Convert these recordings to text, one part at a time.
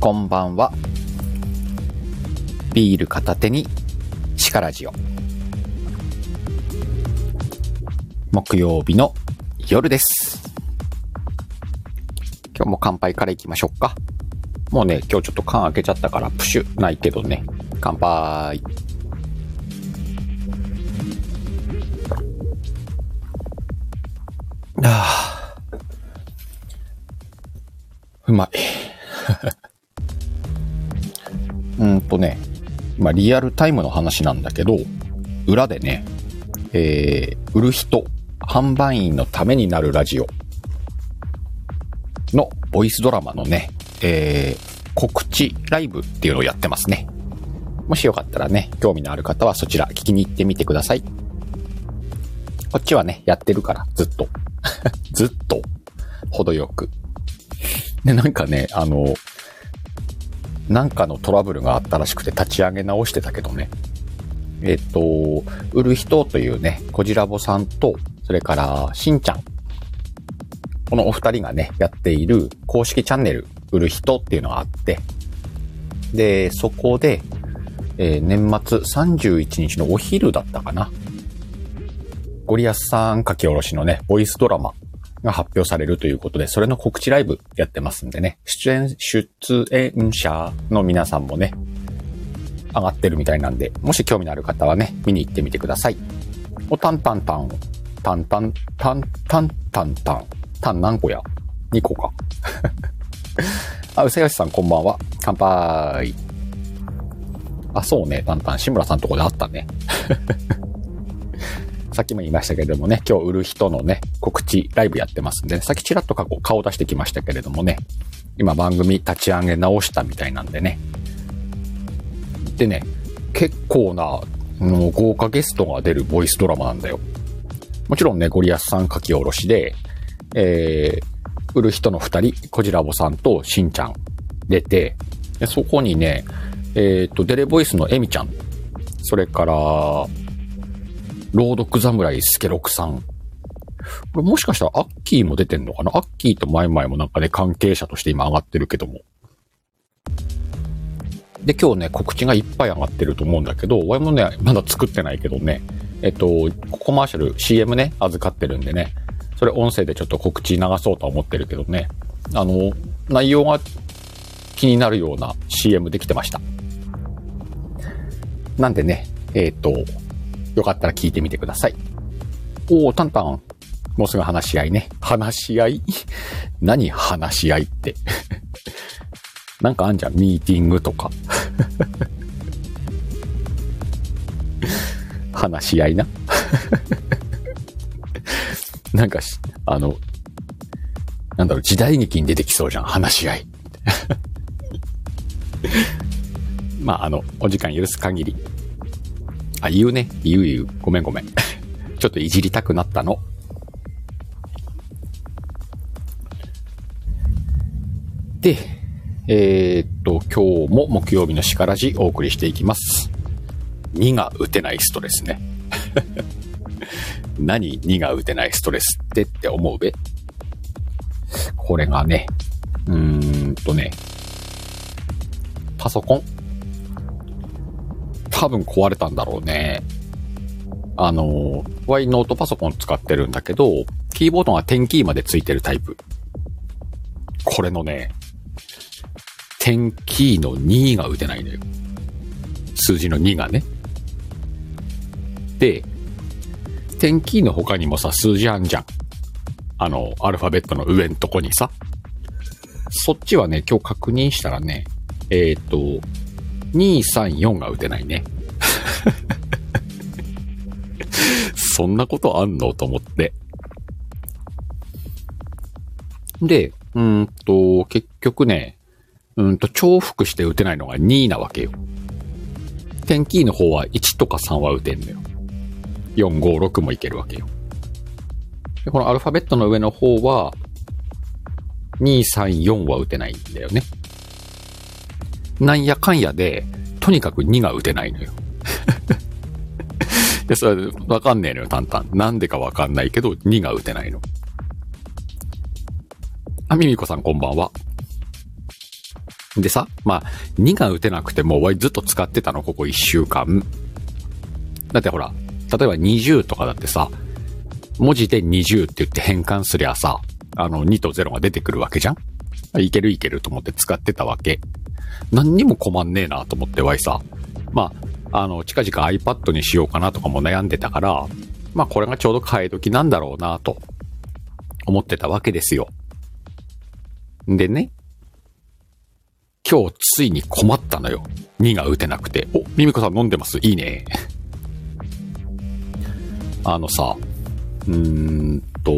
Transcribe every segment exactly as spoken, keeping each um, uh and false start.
こんばんは。ビール片手にシカラジオ。木曜日の夜です。今日も乾杯からいきましょうか。もうね、今日ちょっと缶開けちゃったからプシュないけどね。乾杯。あーうまい。うんとね、まあリアルタイムの話なんだけど、裏でね、えー、売る人、販売員のためになるラジオのボイスドラマのね、えー、告知ライブっていうのをやってますね。もしよかったらね、興味のある方はそちら聞きに行ってみてください。こっちはね、やってるからずっとずっと程よくで、なんかね、あのなんかのトラブルがあったらしくて立ち上げ直してたけどね、えっと売る人というね、こじらぼさんとそれからしんちゃん、このお二人がねやっている公式チャンネル売る人っていうのがあって、でそこで、えー、年末さんじゅういちにちのお昼だったかな、ゴリアスさん書き下ろしのねボイスドラマが発表されるということで、それの告知ライブやってますんでね、出演出演者の皆さんもね上がってるみたいなんで、もし興味のある方はね見に行ってみてください。おタンタンタンタンタンタンタンタンタンタン何個やにこかあ、うさよしさんこんばんは。乾杯。あ、そうね、タンタン志村さんのとこであったねさっきも言いましたけれどもね、今日売る人のね告知ライブやってますんで、ね、さっきちらっと過去顔出してきましたけれどもね、今番組立ち上げ直したみたいなんでね、でね、結構なの豪華ゲストが出るボイスドラマなんだよ。もちろんね、ゴリアスさん書き下ろしで、えー、売る人の二人、こじらぼさんとしんちゃん出て、でそこにね、えっと、デレボイスのえみちゃん、それから、朗読侍スケロクさん。これもしかしたらアッキーも出てんのかな？アッキーとマイマイもなんかね、関係者として今上がってるけども。で、今日ね、告知がいっぱい上がってると思うんだけど、俺もね、まだ作ってないけどね、えっと、コマーシャル、シーエム ね、預かってるんでね、それ音声でちょっと告知流そうとは思ってるけどね、あの、内容が気になるような シーエム できてました。なんでね、えっと、よかったら聞いてみてください。おー、タンタン。もうすぐ話し合いね。話し合い何話し合いって。なんかあんじゃん。ミーティングとか。話し合いな。なんかし、あの、なんだろう、時代劇に出てきそうじゃん。話し合い。まあ、あの、お時間許す限り。あ、言うね。言う言う。ごめんごめん。ちょっといじりたくなったの。で、えー、っと、今日も木曜日のしからじお送りしていきます。にが打てないストレスね。何にが打てないストレスってって思うべ。これがね、うーんとね、パソコン。多分壊れたんだろうね。あの、ワイノートパソコン使ってるんだけど、キーボードがテンキーまでついてるタイプ。これのね、テンキーのにが打てないのよ。数字のにがね。で、テンキーの他にもさ、数字あんじゃん。あの、アルファベットの上のとこにさ。そっちはね、今日確認したらね、えっと、にさんよんが打てないね。そんなことあんのと思って。で、うーんと、結局ね、うーんと、重複して打てないのがになわけよ。テンキーの方はいちとかさんは打てんのよ。よん、ご、ろくもいけるわけよ。で、このアルファベットの上の方は、に、さん、よんは打てないんだよね。なんやかんやで、とにかくにが打てないのよ。で、それわかんねえのよ、タンタン。なんでかわかんないけど、にが打てないの。あ、ミミコさんこんばんは。 でさ、まあ、にが打てなくても、わいずっと使ってたの、ここいっしゅうかん。だってほら、例えばにじゅうとかだってさ、文字でにじゅうって言って変換すりゃさ、あの、にとゼロが出てくるわけじゃん？いけるいけると思って使ってたわけ。何にも困んねえなと思ってわいさ。まあ、あの、近々 iPad にしようかなとかも悩んでたから、まあこれがちょうど替え時なんだろうなと思ってたわけですよ。でね、今日ついに困ったのよ。にが打てなくて。お、ミミコさん飲んでます？いいね。あのさ、うーんと、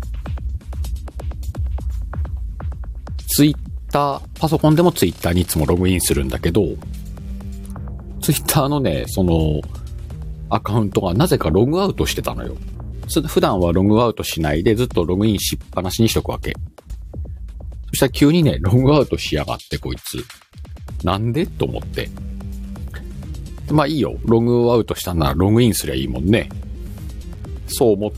ツイッター、パソコンでもツイッターにいつもログインするんだけど、ツイッターのね、その、アカウントがなぜかログアウトしてたのよ。普段はログアウトしないでずっとログインしっぱなしにしとくわけ。そしたら急にね、ログアウトしやがってこいつ。なんでと思って。まあいいよ。ログアウトしたんならログインすりゃいいもんね。そう思って、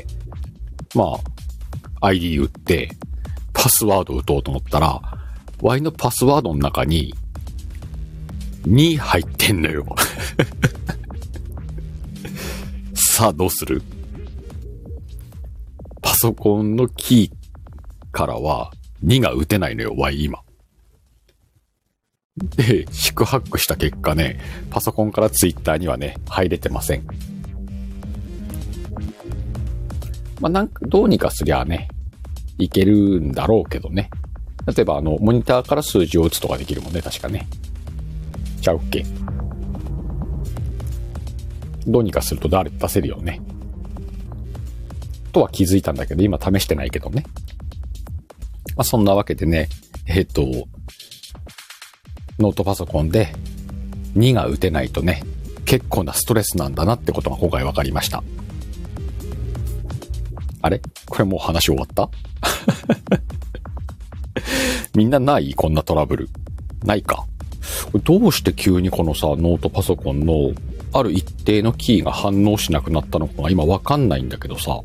まあ、アイディー 打って、パスワード打とうと思ったら、Y のパスワードの中に、に入ってんのよ。さあどうする？パソコンのキーからはにが打てないのよ、Y 今。で、四苦八苦した結果ね、パソコンからツイッターにはね、入れてません。まあ、なんか、どうにかすりゃね、いけるんだろうけどね。例えばあの、モニターから数字を打つとかできるもんね、確かね。ちゃうっけ？どうにかすると誰出せるよね。とは気づいたんだけど、今試してないけどね。まあ、そんなわけでね、えっと、ノートパソコンでにが打てないとね、結構なストレスなんだなってことが今回分かりました。あれ？これもう話終わった？みんなないこんなトラブル。ないか。どうして急にこのさ、ノートパソコンのある一定のキーが反応しなくなったのかが今わかんないんだけどさ。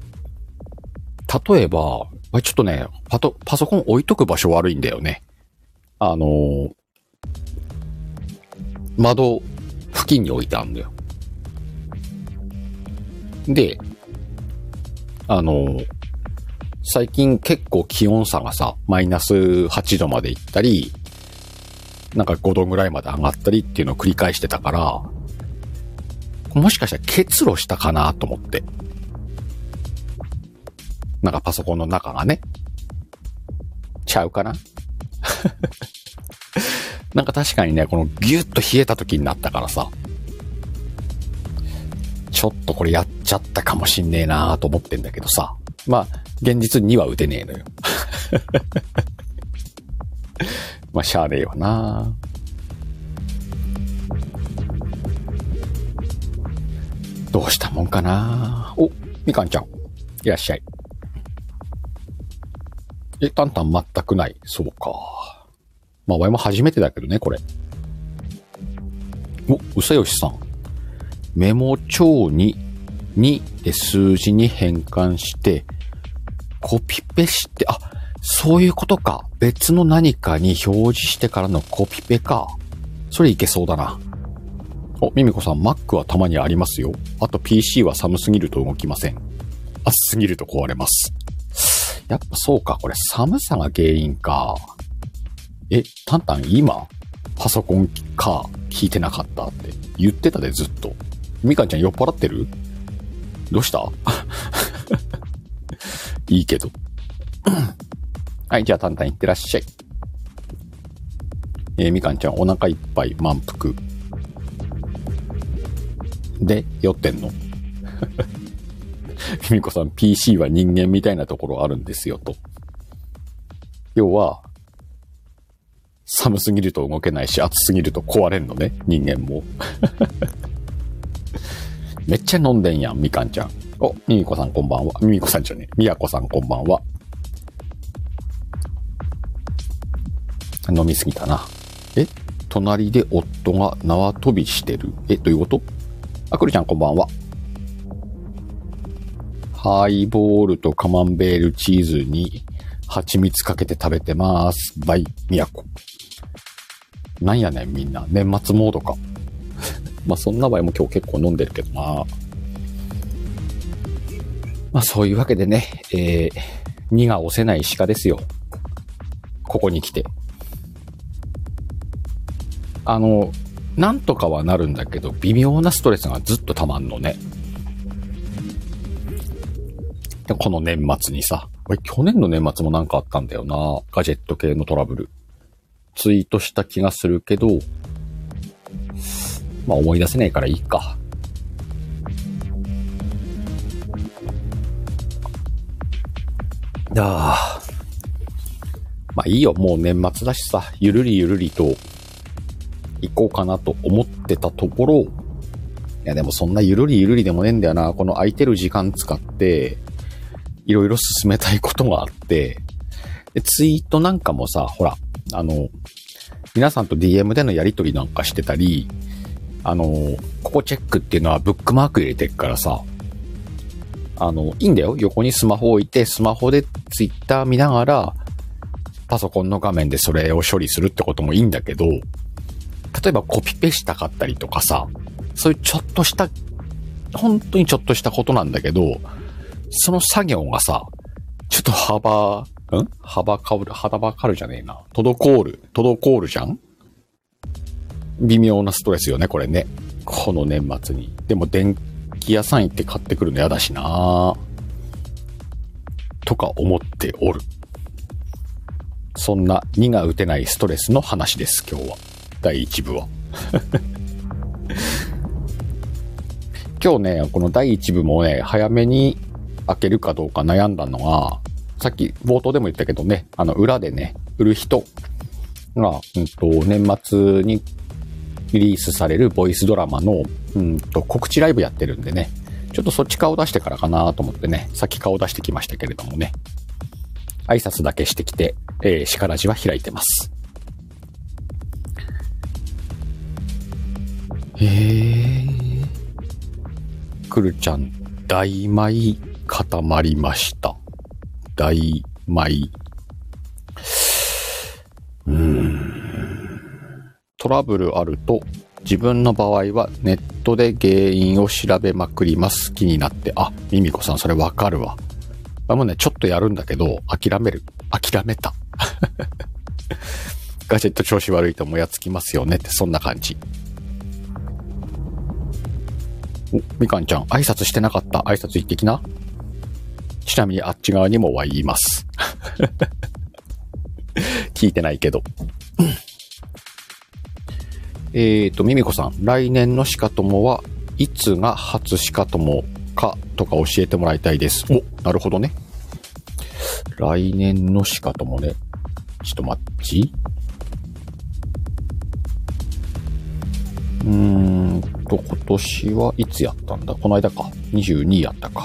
例えば、ちょっとね、パト、パソコン置いとく場所悪いんだよね。あのー、窓付近に置いてあるんだよ。で、あのー、最近結構気温差がさ、マイナスはちどまで行ったり、なんかごどぐらいまで上がったりっていうのを繰り返してたから、もしかしたら結露したかなと思って。なんかパソコンの中がね。ちゃうかななんか確かにね、このギュッと冷えた時になったからさ、ちょっとこれやっちゃったかもしんねえなと思ってんだけどさ。まあ、現実には打てねえのよ。まあ、しゃあねえわな。どうしたもんかな。お、みかんちゃん。いらっしゃい。え、タンタン全くない。そうか。まあ、わいも初めてだけどね、これ。お、うさよしさん。メモ帳ににで数字に変換して、コピペして、あ、そういうことか。別の何かに表示してからのコピペか。それいけそうだな。お、ミミコさん、Mac はたまにありますよ。あと ピーシー は寒すぎると動きません。暑すぎると壊れます。やっぱそうか。これ寒さが原因か。え、タンタン今、パソコンか聞いてなかったって言ってたでずっと。みかんちゃん酔っ払ってる？どうしたいいけど。はい、じゃあタンタンいってらっしゃい。えー、みかんちゃんお腹いっぱい満腹。で、酔ってんの？みみこさん、ピーシー は人間みたいなところあるんですよ、と。要は、寒すぎると動けないし、暑すぎると壊れんのね、人間も。めっちゃ飲んでんやん、みかんちゃん。お、みみこさんこんばんは。みみこさんじゃねえ。みやこさんこんばんは。飲みすぎたな。え、隣で夫が縄跳びしてる。え、どういうこと？あ、くるちゃんこんばんは。ハイボールとカマンベールチーズに蜂蜜かけて食べてます。バイ、みやこ。 なんやねんみんな。年末モードか。まあそんな場合も今日結構飲んでるけどな。まあそういうわけでね、えー、荷が押せない鹿ですよ。ここに来て。あの、なんとかはなるんだけど、微妙なストレスがずっと溜まんのね。でこの年末にさ、去年の年末もなんかあったんだよな。ガジェット系のトラブル。ツイートした気がするけど、まあ思い出せないからいいか。ああ。まあいいよ。もう年末だしさ、ゆるりゆるりと行こうかなと思ってたところ、いやでもそんなゆるりゆるりでもねえんだよな。この空いてる時間使って、いろいろ進めたいことがあって、でツイートなんかもさ、ほら、あの、皆さんと ディーエム でのやりとりなんかしてたり、あの、ここチェックっていうのはブックマーク入れてるからさ、あの、いいんだよ。横にスマホ置いて、スマホでツイッター見ながら、パソコンの画面でそれを処理するってこともいいんだけど、例えばコピペしたかったりとかさ、そういうちょっとした、本当にちょっとしたことなんだけど、その作業がさ、ちょっと幅、ん幅かる、幅かるじゃねえな。滞る、滞るじゃん？微妙なストレスよね、これね。この年末に。でも電気屋さん行って買ってくるの嫌だしなとか思っておる。そんな荷が打てないストレスの話です、今日は。だいいち部は。今日ね、このだいいち部もね、早めに開けるかどうか悩んだのが、さっき冒頭でも言ったけどね、あの裏でね、売る人が、うんと、年末にリリースされるボイスドラマの、うんと、告知ライブやってるんでね、ちょっとそっち顔出してからかなと思ってね、さっき顔出してきましたけれどもね、挨拶だけしてきて、えー、しからじは開いてます。へー。くるちゃん、大米固まりました。大米。うーん。トラブルあると、自分の場合はネットで原因を調べまくります。気になって。あ、ミミコさん、それわかるわ。もうね、ちょっとやるんだけど、諦める。諦めた。ガジェット調子悪いともやつきますよねって、そんな感じ。お、みかんちゃん、挨拶してなかった。挨拶行ってきな。ちなみにあっち側にもはいいます。聞いてないけど。えーと、ミミコさん、来年の鹿友はいつが初鹿友かとか教えてもらいたいです。お、なるほどね。来年の鹿友ね。ちょっと待っち。うーんと、今年はいつやったんだ？この間か。にじゅうにやったか。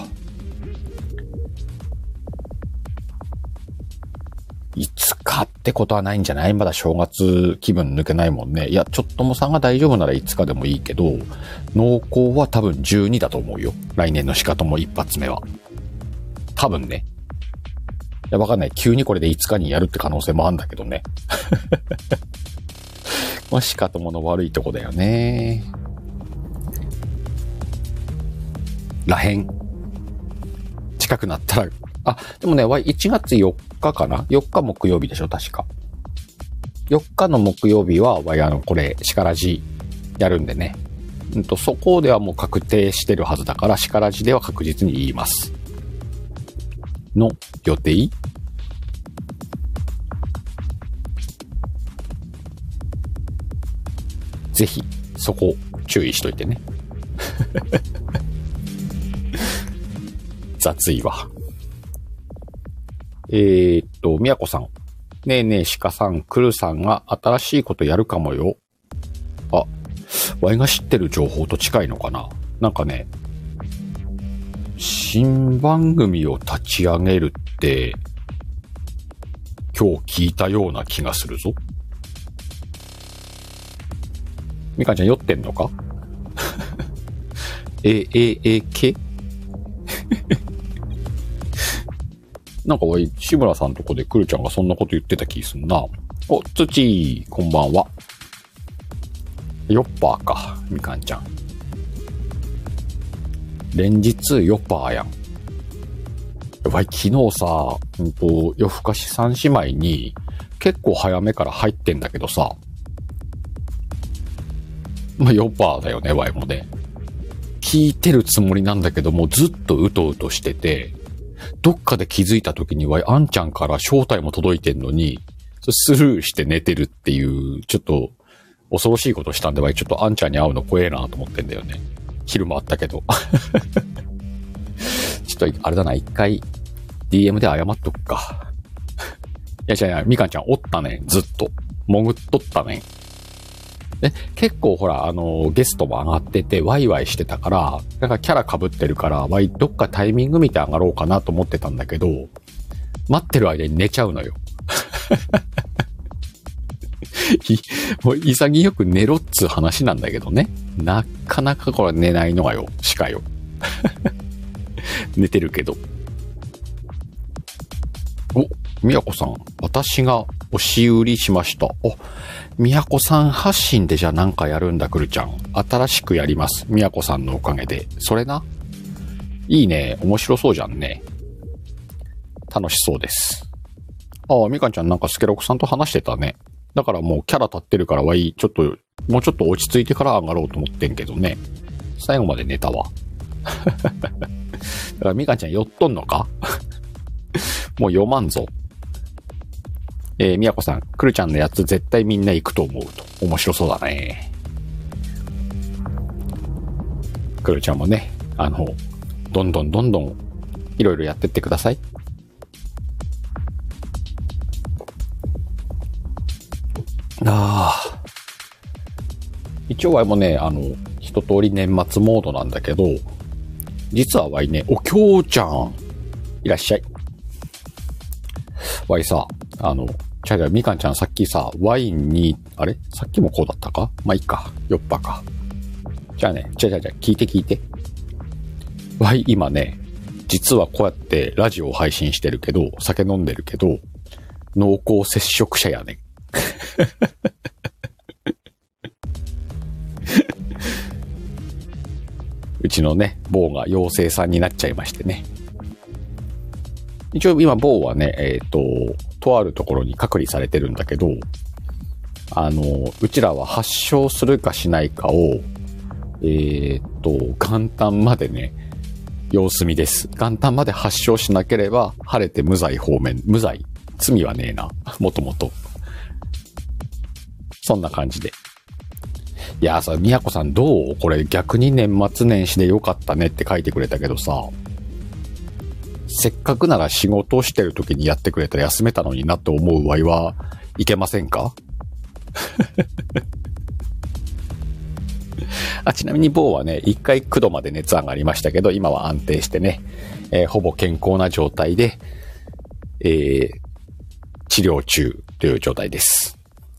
いつかってことはないんじゃない？まだ正月気分抜けないもんね。いや、ちょっともさんが大丈夫ならいつかでもいいけど、濃厚は多分じゅうにだと思うよ。来年の鹿友一発目は。多分ね。いや、わかんない。急にこれでいつかにやるって可能性もあるんだけどね。まあ、鹿友の悪いとこだよね。らへん。近くなったら、あ、でもね、いちがつよっかかな ?よっか木曜日でしょ、確か。よっかの木曜日は、あの、これ、しからじやるんでね。うんと、そこではもう確定してるはずだから、しからじでは確実に言います。の予定？ぜひ、そこ、注意しといてね。雑いわ。えー、っと、みやこさん。ねえねえ、鹿さん、くるさんが新しいことやるかもよ。あ、わいが知ってる情報と近いのかな？なんかね、新番組を立ち上げるって、今日聞いたような気がするぞ。みかんちゃん酔ってんのか？え、え、え、けなんかわい、志村さんとこでくるちゃんがそんなこと言ってた気すんな。お、つちー、こんばんは。 ヨッパーか、みかんちゃん。連日ヨッパーやん。やばい、昨日さ、うんと、夜更かし三姉妹に結構早めから入ってんだけどさ、まあ、ヨッパーだよね、ワイもね。聞いてるつもりなんだけども、ずっとうとうとしてて、どっかで気づいた時にワイ、あんちゃんから招待も届いてんのに、スルーして寝てるっていう、ちょっと恐ろしいことしたんでワイ、ちょっとあんちゃんに会うの怖えなと思ってんだよね。昼もあったけど。ちょっと、あれだな、一回、ディーエム で謝っとくか。いや、じゃあ、みかんちゃんおったね、ずっと。潜っとったね。で、結構ほら、あの、ゲストも上がってて、ワイワイしてたから、なんかキャラ被ってるから、ワイ、どっかタイミング見て上がろうかなと思ってたんだけど、待ってる間に寝ちゃうのよ。もう潔く寝ろっつう話なんだけどね。なかなかこれ寝ないのがよ、しかよ。寝てるけど。お、みやこさん、私が押し売りしました。お、みやこさん発信でじゃあなんかやるんだ、くるちゃん。新しくやります。みやこさんのおかげで。それな。いいね。面白そうじゃんね。楽しそうです。ああ、みかんちゃんなんかスケロクさんと話してたね。だからもうキャラ立ってるからはいい。ちょっと、もうちょっと落ち着いてから上がろうと思ってんけどね。最後まで寝たわ。だからみかんちゃん寄っとんのかもう読まんぞ。えー、みやこさん、くるちゃんのやつ絶対みんな行くと思うと。面白そうだね。くるちゃんもね、あの、どんどんどんどん、いろいろやってってください。ああ。一応ワイもね、あの、一通り年末モードなんだけど、実はワイね、お、きょうちゃん、いらっしゃい。ワイさ、あの、ちゃうちゃう、みかんちゃんさっきさ、ワインに、あれさっきもこうだったかまあ、いいか。よっぱか。じゃあね、ちゃうちゃうちゃう、聞いて聞いて。ワイ今ね、実はこうやってラジオを配信してるけど、酒飲んでるけど、濃厚接触者やね。うちのね、某が陽性さんになっちゃいましてね。一応今某はね、えっと、とあるところに隔離されてるんだけど、あの、うちらは発症するかしないかを、えっと、元旦までね、様子見です。元旦まで発症しなければ、晴れて無罪方面、無罪。罪はねえな。もともと。そんな感じで。いやさ、みやこさんどう？これ逆に年末年始でよかったねって書いてくれたけどさ、せっかくなら仕事をしてる時にやってくれたら休めたのになって思う場合はいけませんか？あ、ちなみに某はね、一回きゅうどまで熱上がりましたけど、今は安定してね、えー、ほぼ健康な状態で、えー、治療中という状態です。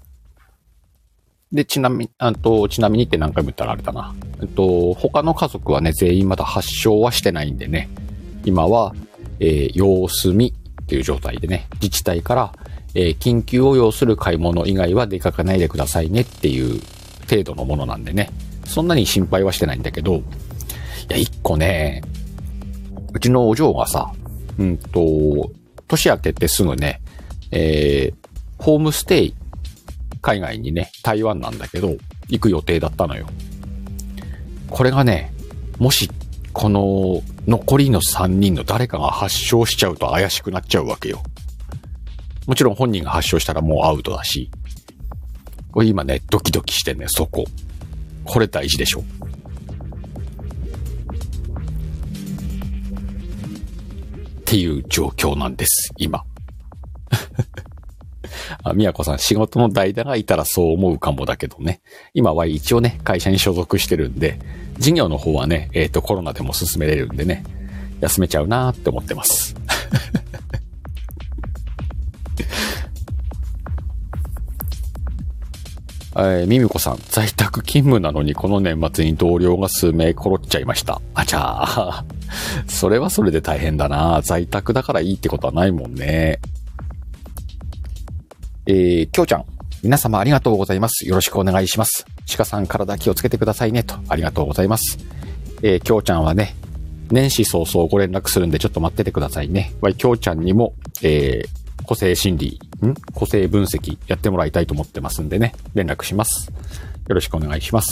で、ちなみに、あと、ちなみにって何回も言ったらあれだな。えっと、他の家族はね、全員まだ発症はしてないんでね、今は、えー、様子見っていう状態でね、自治体から、えー、緊急を要する買い物以外は出かけないでくださいねっていう程度のものなんでね、そんなに心配はしてないんだけど、いや、一個ね、うちのお嬢がさ、うんと、年明けてすぐね、えー、ホームステイ、海外にね、台湾なんだけど、行く予定だったのよ。これがね、もし、この残りのさんにんの誰かが発症しちゃうと怪しくなっちゃうわけよ。もちろん本人が発症したらもうアウトだし。これ今ね、ドキドキしてね、そこ。これ大事でしょ。っていう状況なんです、今。あ、みやこさん、仕事の代打がいたらそう思うかもだけどね。今は一応ね、会社に所属してるんで、事業の方はね、えっと、コロナでも進めれるんでね、休めちゃうなーって思ってます。えー、みみこさん、在宅勤務なのにこの年末に同僚が数名コロっちゃいました。あちゃー。それはそれで大変だな。在宅だからいいってことはないもんね。えー、きょうちゃん、 皆様ありがとうございます。よろしくお願いします。鹿さん体気をつけてくださいねと。ありがとうございます。えー、きょうちゃんはね、年始早々ご連絡するんでちょっと待っててくださいね。わい、きょうちゃんにも、えー、個性心理、ん個性分析やってもらいたいと思ってますんでね、連絡します。よろしくお願いします。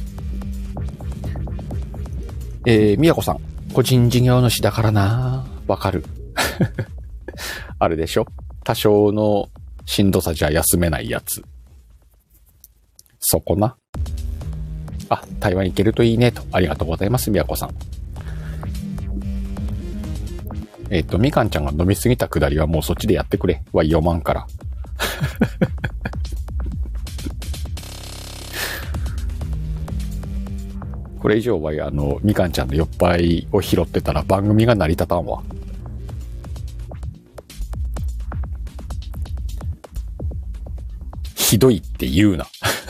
えー、みやこさん、個人事業主だからなわかる。あれでしょ？多少のしんどさじゃ休めないやつ。そこな。あ、台湾行けるといいねと。ありがとうございます、みやこさん。えっと、みかんちゃんが飲みすぎたくだりはもうそっちでやってくれ。は読まんから。これ以上は、あの、みかんちゃんの酔っ払いを拾ってたら番組が成り立たんわ。ひどいって言うな。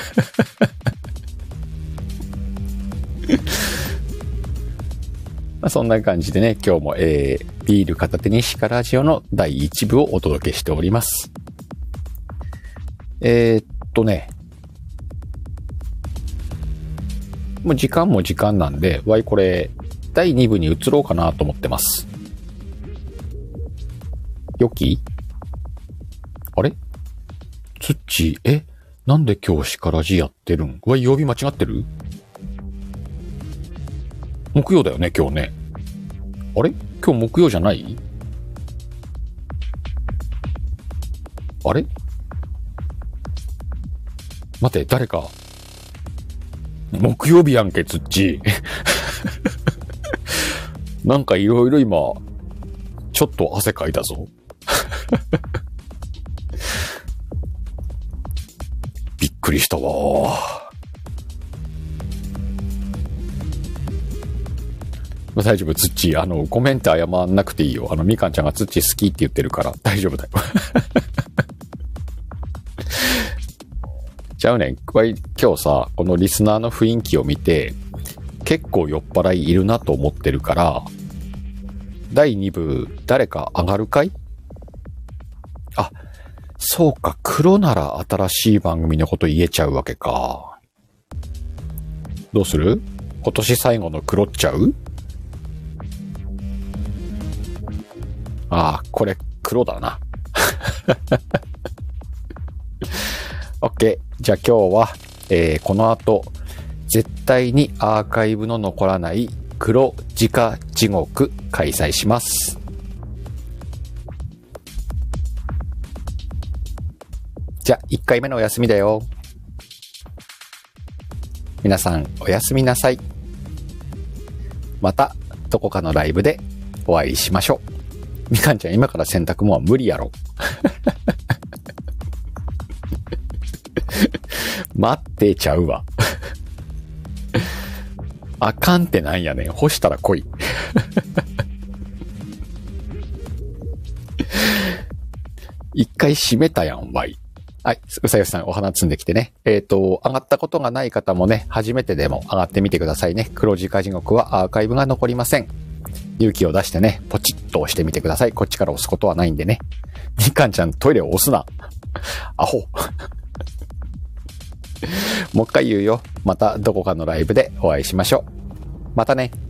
まあそんな感じでね、今日も、えー、ビール片手にシカラジオのだいいち部をお届けしております。えー、っとね、もう時間も時間なんで、わいこれ、だいに部に移ろうかなと思ってます。よき？あれ？つっちー、え？なんで今日シカラジやってるん？わい曜日間違ってる？木曜だよね、今日ね。あれ？今日木曜じゃない？あれ？待て、誰か。木曜日やんけ、つっち。なんかいろいろ今、ちょっと汗かいたぞ。びっくりしたわ。大丈夫、つっち。あの、コメント謝んなくていいよ。あの、みかんちゃんがつっち好きって言ってるから大丈夫だよ。ちゃうねん。今日さ、このリスナーの雰囲気を見て、結構酔っ払いいるなと思ってるから、だいに部、誰か上がるかい？あ、そうか、黒なら新しい番組のこと言えちゃうわけか。どうする？今年最後の黒っちゃう？ああ、これ黒だな。オッケー。じゃあ今日は、えー、この後、絶対にアーカイブの残らない黒直地獄開催します。じゃあいっかいめのお休みだよ。皆さんおやすみなさい。またどこかのライブでお会いしましょう。みかんちゃん今から洗濯もは無理やろ。待ってちゃうわ。あかんってなんやねん。干したら来い。一回閉めたやん、わい。はい。うさよさんお花摘んできてね。えっと、上がったことがない方もね、初めてでも上がってみてくださいね。黒字化地獄はアーカイブが残りません。勇気を出してね、ポチッと押してみてください。こっちから押すことはないんでね。みかんちゃんトイレを押すな。アホ。もう一回言うよ。またどこかのライブでお会いしましょう。またね。